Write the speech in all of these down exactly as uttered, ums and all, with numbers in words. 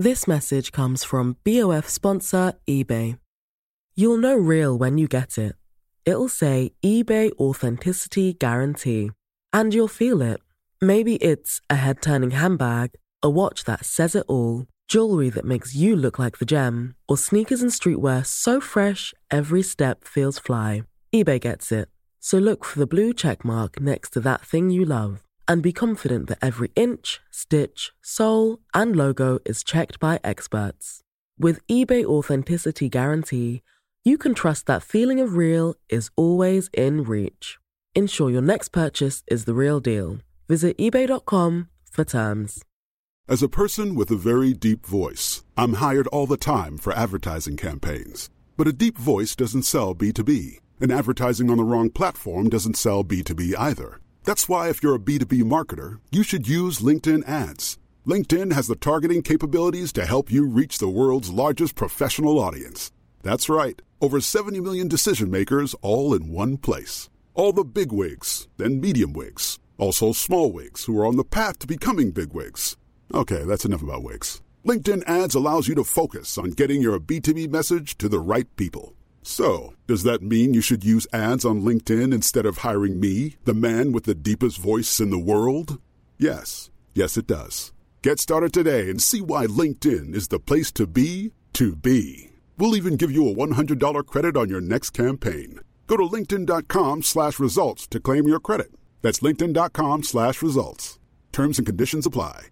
This message comes from B O F sponsor eBay. You'll know real when you get it. It'll say eBay Authenticity Guarantee. And you'll feel it. Maybe it's a head-turning handbag, a watch that says it all, jewelry that makes you look like the gem, or sneakers and streetwear so fresh every step feels fly. eBay gets it. So look for the blue check mark next to that thing you love. And be confident that every inch, stitch, sole, and logo is checked by experts. With eBay Authenticity Guarantee, you can trust that feeling of real is always in reach. Ensure your next purchase is the real deal. Visit ebay dot com for terms. As a person with a very deep voice, I'm hired all the time for advertising campaigns. But a deep voice doesn't sell B two B, and advertising on the wrong platform doesn't sell B two B either. That's why if you're a B two B marketer, you should use LinkedIn ads. LinkedIn has the targeting capabilities to help you reach the world's largest professional audience. That's right, over seventy million decision makers all in one place. All the big wigs, then medium wigs, also small wigs who are on the path to becoming big wigs. Okay, that's enough about wigs. LinkedIn ads allows you to focus on getting your B two B message to the right people. So, does that mean you should use ads on LinkedIn instead of hiring me, the man with the deepest voice in the world? Yes. Yes, it does. Get started today and see why LinkedIn is the place to be to be. We'll even give you a one hundred dollars credit on your next campaign. Go to linkedin dot com slash results to claim your credit. That's linkedin dot com slash results. Terms and conditions apply.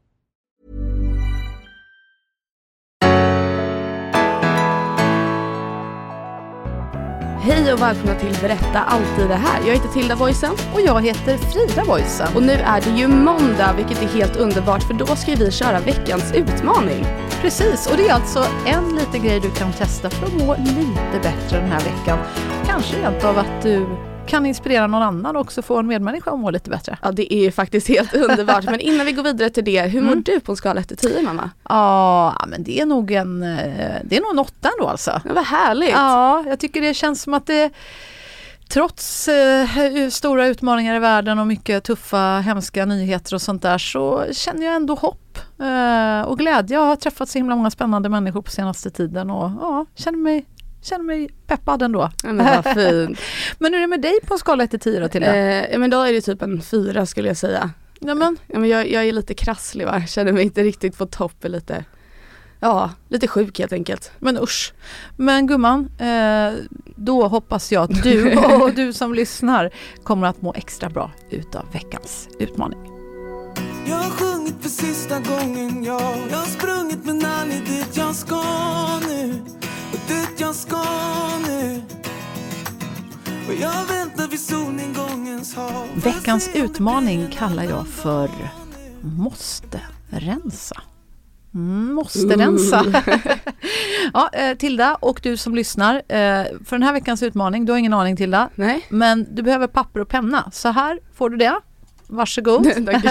Hej och välkomna till Berätta alltid det här. Jag heter Tilda Voicen. Och jag heter Frida Voicen. Och nu är det ju måndag, vilket är helt underbart, för då ska vi köra veckans utmaning. Precis, och det är alltså en liten grej du kan testa för att må lite bättre den här veckan. Kanske rent av att du kan inspirera någon annan och också få en medmänniska att må lite bättre. Ja, det är faktiskt helt underbart. Men innan vi går vidare till det, hur mår mm. du på en skala ett till tio, mamma? Ja, men det är nog en det är nog en åtta ändå alltså. Ja, vad härligt. Ja, jag tycker det känns som att det trots eh, stora utmaningar i världen och mycket tuffa, hemska nyheter och sånt där, så känner jag ändå hopp eh, och glädje. Jag har träffat så himla många spännande människor på senaste tiden och ja, känner mig känner mig peppad ändå. Ja, men vad fint. Men hur är det med dig på en skala ett till tio då, till det? Eh, ja, men då är det typ en fyra skulle jag säga. Ja, men. Ja, men jag, jag är lite krasslig, va? Känner mig inte riktigt på topp. Lite, ja, lite sjuk helt enkelt. Men usch. Men gumman, eh, då hoppas jag att du och du som lyssnar kommer att må extra bra utav veckans utmaning. Jag har sjungit för sista gången, ja. Jag har sprungit men aldrig dit jag ska nu. Och dit jag ska nu. Och jag väntar vid solnedgångens hav. Veckans utmaning kallar jag för måste rensa. Mm, måste rensa. Ja, eh, Tilda och du som lyssnar. Eh, för den här veckans utmaning, du har ingen aning Tilda. Nej. Men du behöver papper och penna. Så här får du det. Varsågod.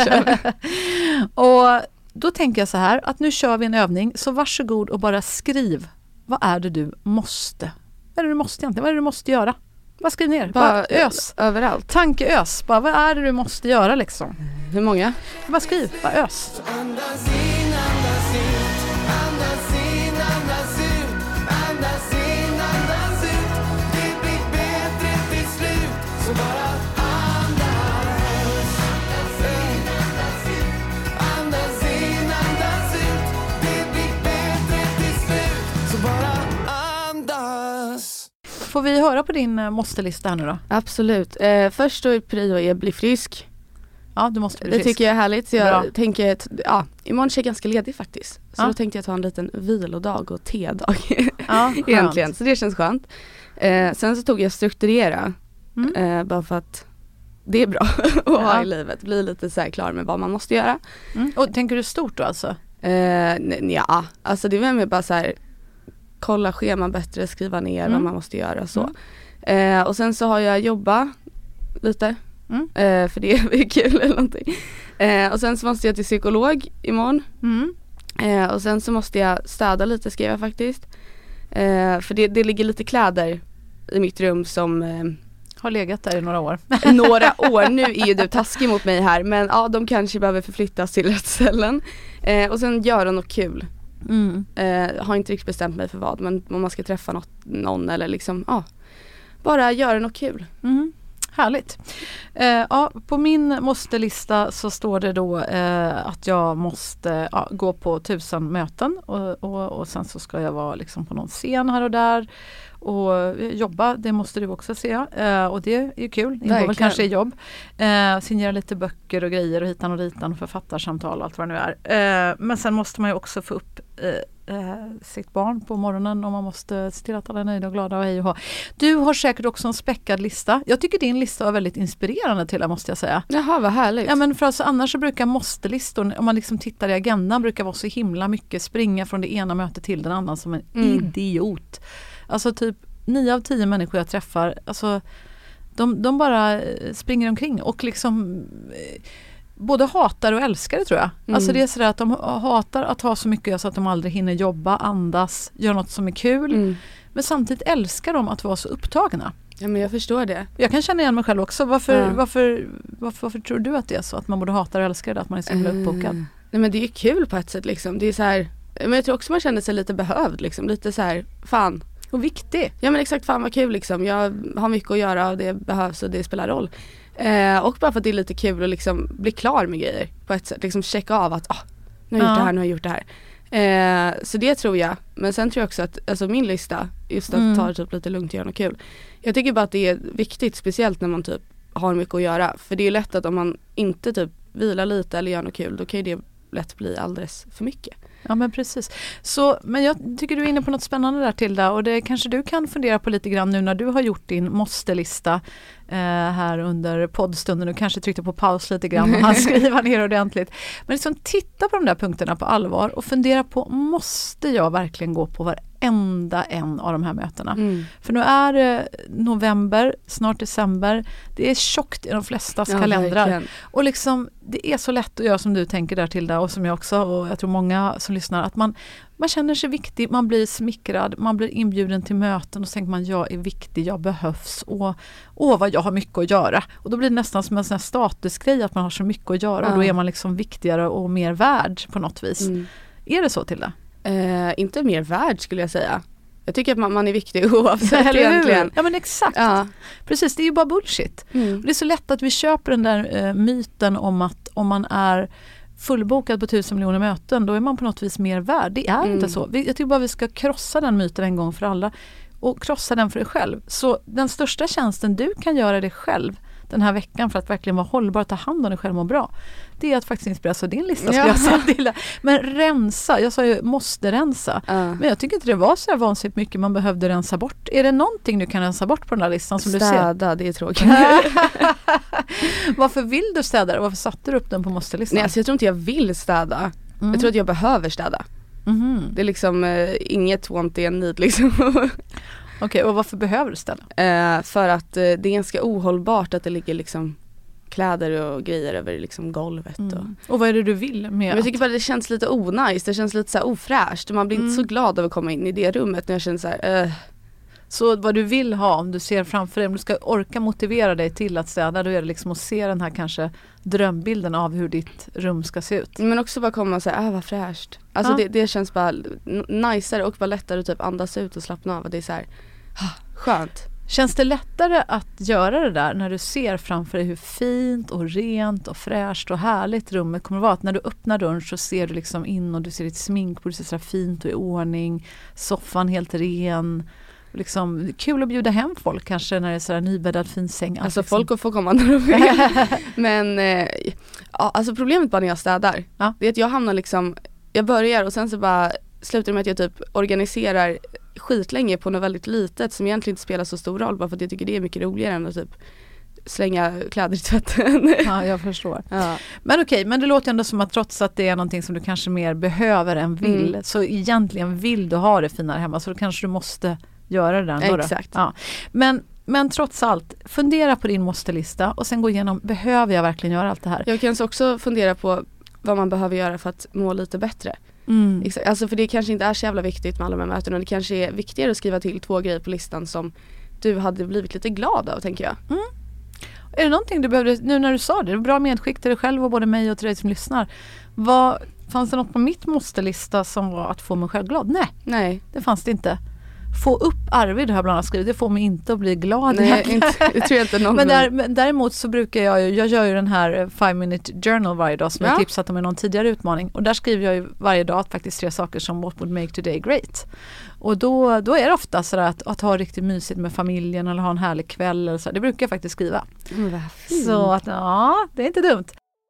Och då tänker jag så här, att nu kör vi en övning. Så varsågod och bara skriv. Vad är det du måste? Vad är det du måste egentligen? Vad är det du måste göra? Vad skriv ner? Bara, bara ös. Överallt. Tankeös. Bara, vad är det du måste göra liksom? Hur många? Bara skriv. Bara ös. Andas in, andas ut. Andas in, andas ut. Andas in, andas ut. Det blir bättre till slut. Så bara andas. Andas in, andas ut. Andas in, andas ut. Det blir bättre till slut. Så bara andas. Får vi höra på din måste-lista här nu då? Absolut. Eh, först då är prio är bli frisk. Ja, du måste bli det frisk. tycker jag är härligt. Så jag Bra. tänker att ja, imorgon är jag ganska ledig faktiskt. Så ja. då tänkte jag ta en liten vilodag och tedag. Ja, egentligen. Så det känns skönt. Eh, sen så tog jag strukturera. Mm. Eh, bara för att det är bra att ja. ha i livet. Bli lite så här klar med vad man måste göra. Mm. Och tänker du stort då alltså? Eh, ja, alltså det är väl med bara så här kolla scheman bättre, skriva ner mm. vad man måste göra och så. Mm. Eh, och sen så har jag jobbat lite. Mm. Eh, för det är kul eller någonting. Eh, och sen så måste jag till psykolog imorgon. Mm. Eh, och sen så måste jag städa lite, skrev jag faktiskt. Eh, för det, det ligger lite kläder i mitt rum som eh, har legat där i några år. några år. Nu är ju du taskig mot mig här. Men ja, de kanske behöver förflyttas till rätt ställen. Eh, och sen göra något kul. Mm. Eh, har inte riktigt bestämt mig för vad, men om man ska träffa något, någon eller liksom, ja, bara göra något kul. Mm. Härligt. Eh, ja, på min måste-lista så står det då eh, att jag måste ja, gå på tusen möten och, och, och sen så ska jag vara liksom på någon scen här och där och jobba, det måste du också se. Eh, och det är ju kul, det ingår väl kanske i jobb. Eh, signera lite böcker och grejer och hitan och ditan och författarsamtal och allt vad det nu är. Eh, men sen måste man ju också få upp eh, Eh, sitt barn på morgonen och man måste se till att alla är nöjda och glada och hej och ha. Du har säkert också en späckad lista. Jag tycker din lista var väldigt inspirerande till det, måste jag säga. Jaha, vad härligt. Ja, men för alltså, annars så brukar måste-listor, om man liksom tittar i agendan, brukar vara så himla mycket springa från det ena mötet till den andra som en mm. idiot. Alltså typ nio av tio människor jag träffar, alltså de, de bara springer omkring och liksom både hatar och älskar det, tror jag. Mm. Alltså det är sådär att de hatar att ha så mycket så att de aldrig hinner jobba, andas, göra något som är kul. Mm. Men samtidigt älskar de att vara så upptagna. Ja, men jag förstår det. Jag kan känna igen mig själv också. Varför, ja. varför, varför, varför tror du att det är så? Att man både hatar och älskar det, att man är så himla mm. uppbokad? Nej, men det är ju kul på ett sätt liksom. Det är så här, men jag tror också man känner sig lite behövd liksom. Lite så här, fan. Och viktig. Ja, men exakt, fan vad kul liksom. Jag har mycket att göra och det behövs och det spelar roll. Eh, och bara för att det är lite kul att liksom bli klar med grejer på ett sätt, liksom checka av att ah, nu har jag gjort det här, nu har jag gjort det här. Eh, så det tror jag. Men sen tror jag också att alltså min lista, just att mm. ta det typ lite lugnt och göra något kul. Jag tycker bara att det är viktigt, speciellt när man typ har mycket att göra. För det är lätt att om man inte typ vilar lite eller gör något kul, då kan ju det lätt bli alldeles för mycket. Ja, men precis. Så, men jag tycker du är inne på något spännande där, Tilda, och det kanske du kan fundera på lite grann nu när du har gjort din måste-lista eh, här under poddstunden. Du kanske tryckte på paus lite grann och han skriva ner ordentligt. Men liksom titta på de där punkterna på allvar och fundera på, måste jag verkligen gå på varenda en av de här mötena? Mm. För nu är det november, snart december. Det är tjockt i de flestas ja, kalendrar. Verkligen. Och liksom, det är så lätt att göra som du tänker där, Tilda, och som jag också, och jag tror många som lyssnar, att man, man känner sig viktig, man blir smickrad, man blir inbjuden till möten och så tänker man, jag är viktig, jag behövs och åh vad jag har mycket att göra. Och då blir det nästan som en sån här statusgrej att man har så mycket att göra, ja. Och då är man liksom viktigare och mer värd på något vis. Mm. Är det så, Tilda? Eh, inte mer värd skulle jag säga. Jag tycker att man, man är viktig oavsett egentligen. Ja, men exakt. Ja. Precis, det är ju bara bullshit. Mm. Det är så lätt att vi köper den där eh, myten om att om man är fullbokad på tusen miljoner möten, då är man på något vis mer värd. Det är mm. inte så. Jag tycker bara vi ska krossa den myten en gång för alla och krossa den för dig själv. Så den största tjänsten du kan göra dig själv den här veckan för att verkligen vara hållbar och ta hand om dig själv och må bra, det är att faktiskt inspireras av din lista, skulle ja. jag säga till. Men rensa, jag sa ju måste rensa. Uh. Men jag tycker inte det var så här vansinnigt mycket man behövde rensa bort. Är det någonting du kan rensa bort på den här listan som städa, du ser? Städa, det är tråkigt. Varför vill du städa? Varför satte du upp den på måste-listan? Nej, alltså jag tror inte jag vill städa. Mm. Jag tror att jag behöver städa. Mm-hmm. Det är liksom eh, inget want and need liksom. Okej, okay, och varför behöver du ställa? Eh, för att eh, det är ganska ohållbart att det ligger liksom kläder och grejer över liksom golvet. Mm. Och, och vad är det du vill med? Men jag tycker bara det känns lite onajs, det känns lite så här ofräscht. Man blir mm. inte så glad av att komma in i det rummet när jag känner så här... Eh. Så vad du vill ha, om du ser framför dig, om du ska orka motivera dig till att städa, då är det liksom att se den här kanske drömbilden av hur ditt rum ska se ut. Men också bara komma och säga, ah vad fräscht. Alltså ja. det, det känns bara najsare och bara lättare att typ andas ut och slappna av. Det är så här, ah, skönt. Känns det lättare att göra det där när du ser framför dig hur fint och rent och fräscht och härligt rummet kommer att vara? Att när du öppnar dörren så ser du liksom in och du ser ditt smink på, det ser så här fint och i ordning, soffan helt ren. Liksom, kul att bjuda hem folk kanske när det är så här nybäddad fin säng. Alltså liksom. folk får komma när de vill. Men eh, ja, alltså problemet bara när jag städar, ja. det är att jag hamnar liksom, jag börjar och sen så bara slutar det med att jag typ organiserar skitlänge på något väldigt litet som egentligen inte spelar så stor roll, bara för att jag tycker det är mycket roligare än att typ slänga kläder i tvätten. Ja, jag förstår. Ja. Men okej, okay, men det låter ändå som att trots att det är någonting som du kanske mer behöver än vill, mm. så egentligen vill du ha det finare hemma, så då kanske du måste göra det där ändå. Exakt. Ja. Men, men trots allt, fundera på din måste-lista och sen gå igenom, behöver jag verkligen göra allt det här? Jag kan också fundera på vad man behöver göra för att må lite bättre. Mm. Exakt. Alltså för det kanske inte är så jävla viktigt med alla de här mötena. Det kanske är viktigare att skriva till två grejer på listan som du hade blivit lite glad av, tänker jag. Mm. Är det någonting du behövde, nu när du sa det, det är bra medskick till dig själv och både mig och till dig som lyssnar. Vad, fanns det något på mitt måste-lista som var att få mig själv glad? Nej, Nej. det fanns det inte. Få upp Arvid har jag bland annat skrivit. Det får mig inte att bli glad. Nej, inte, jag tror inte någon men, där, men däremot så brukar jag ju, jag gör ju den här five minute journal varje dag som ja. jag tipsat om i någon tidigare utmaning. Och där skriver jag ju varje dag att faktiskt tre saker som what would make today great. Och då, då är det ofta så att, att ha riktigt mysigt med familjen eller ha en härlig kväll eller så. Det brukar jag faktiskt skriva. Mm, så att ja, det är inte dumt.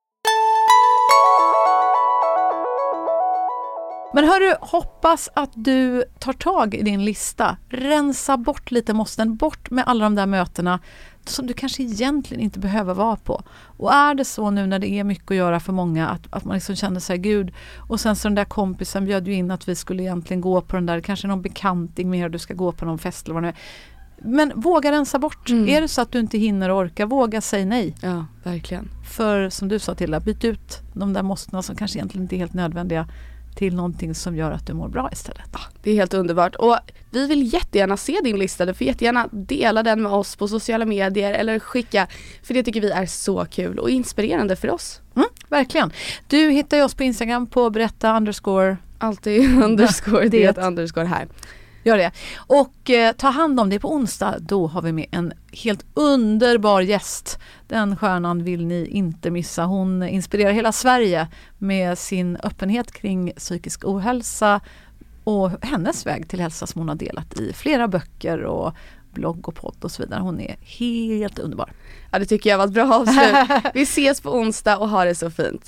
Men hörru, hoppas att du tar tag i din lista. Rensa bort lite måsten, bort med alla de där mötena som du kanske egentligen inte behöver vara på. Och är det så nu när det är mycket att göra för många att, att man liksom känner sig gud. Och sen så den där kompisen bjöd ju in att vi skulle egentligen gå på den där, kanske någon bekanting mer, du ska gå på någon fest eller vad det är. Men våga rensa bort. Mm. Är det så att du inte hinner och orkar, våga säga nej. Ja, verkligen. För som du sa till, byt ut de där måstena som kanske egentligen inte är helt nödvändiga till någonting som gör att du mår bra istället. Ja, det är helt underbart. Och vi vill jättegärna se din lista. Du får jättegärna dela den med oss på sociala medier eller skicka. För det tycker vi är så kul och inspirerande för oss. Mm, verkligen. Du hittar ju oss på Instagram på berätta underscore. Alltid underscore, det är ett underscore här. Gör det. Och eh, ta hand om det på onsdag. Då har vi med en helt underbar gäst. Den stjärnan vill ni inte missa. Hon inspirerar hela Sverige med sin öppenhet kring psykisk ohälsa och hennes väg till hälsa som hon har delat i flera böcker och blogg och podd och så vidare. Hon är helt underbar. Ja, det tycker jag var ett bra avslut. Vi ses på onsdag och ha det så fint.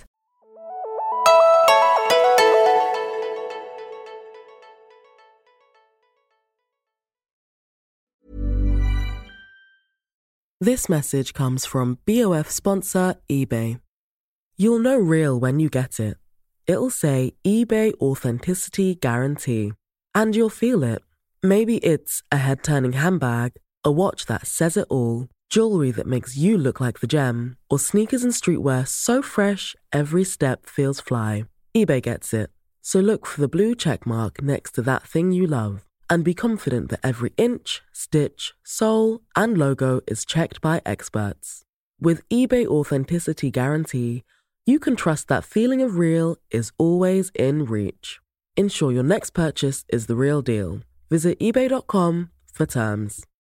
This message comes from B O F sponsor eBay. You'll know real when you get it. It'll say eBay Authenticity Guarantee. And you'll feel it. Maybe it's a head-turning handbag, a watch that says it all, jewelry that makes you look like the gem, or sneakers and streetwear so fresh every step feels fly. eBay gets it. So look for the blue check mark next to that thing you love. And be confident that every inch, stitch, sole, and logo is checked by experts. With eBay Authenticity Guarantee, you can trust that feeling of real is always in reach. Ensure your next purchase is the real deal. Visit ebay dot com for terms.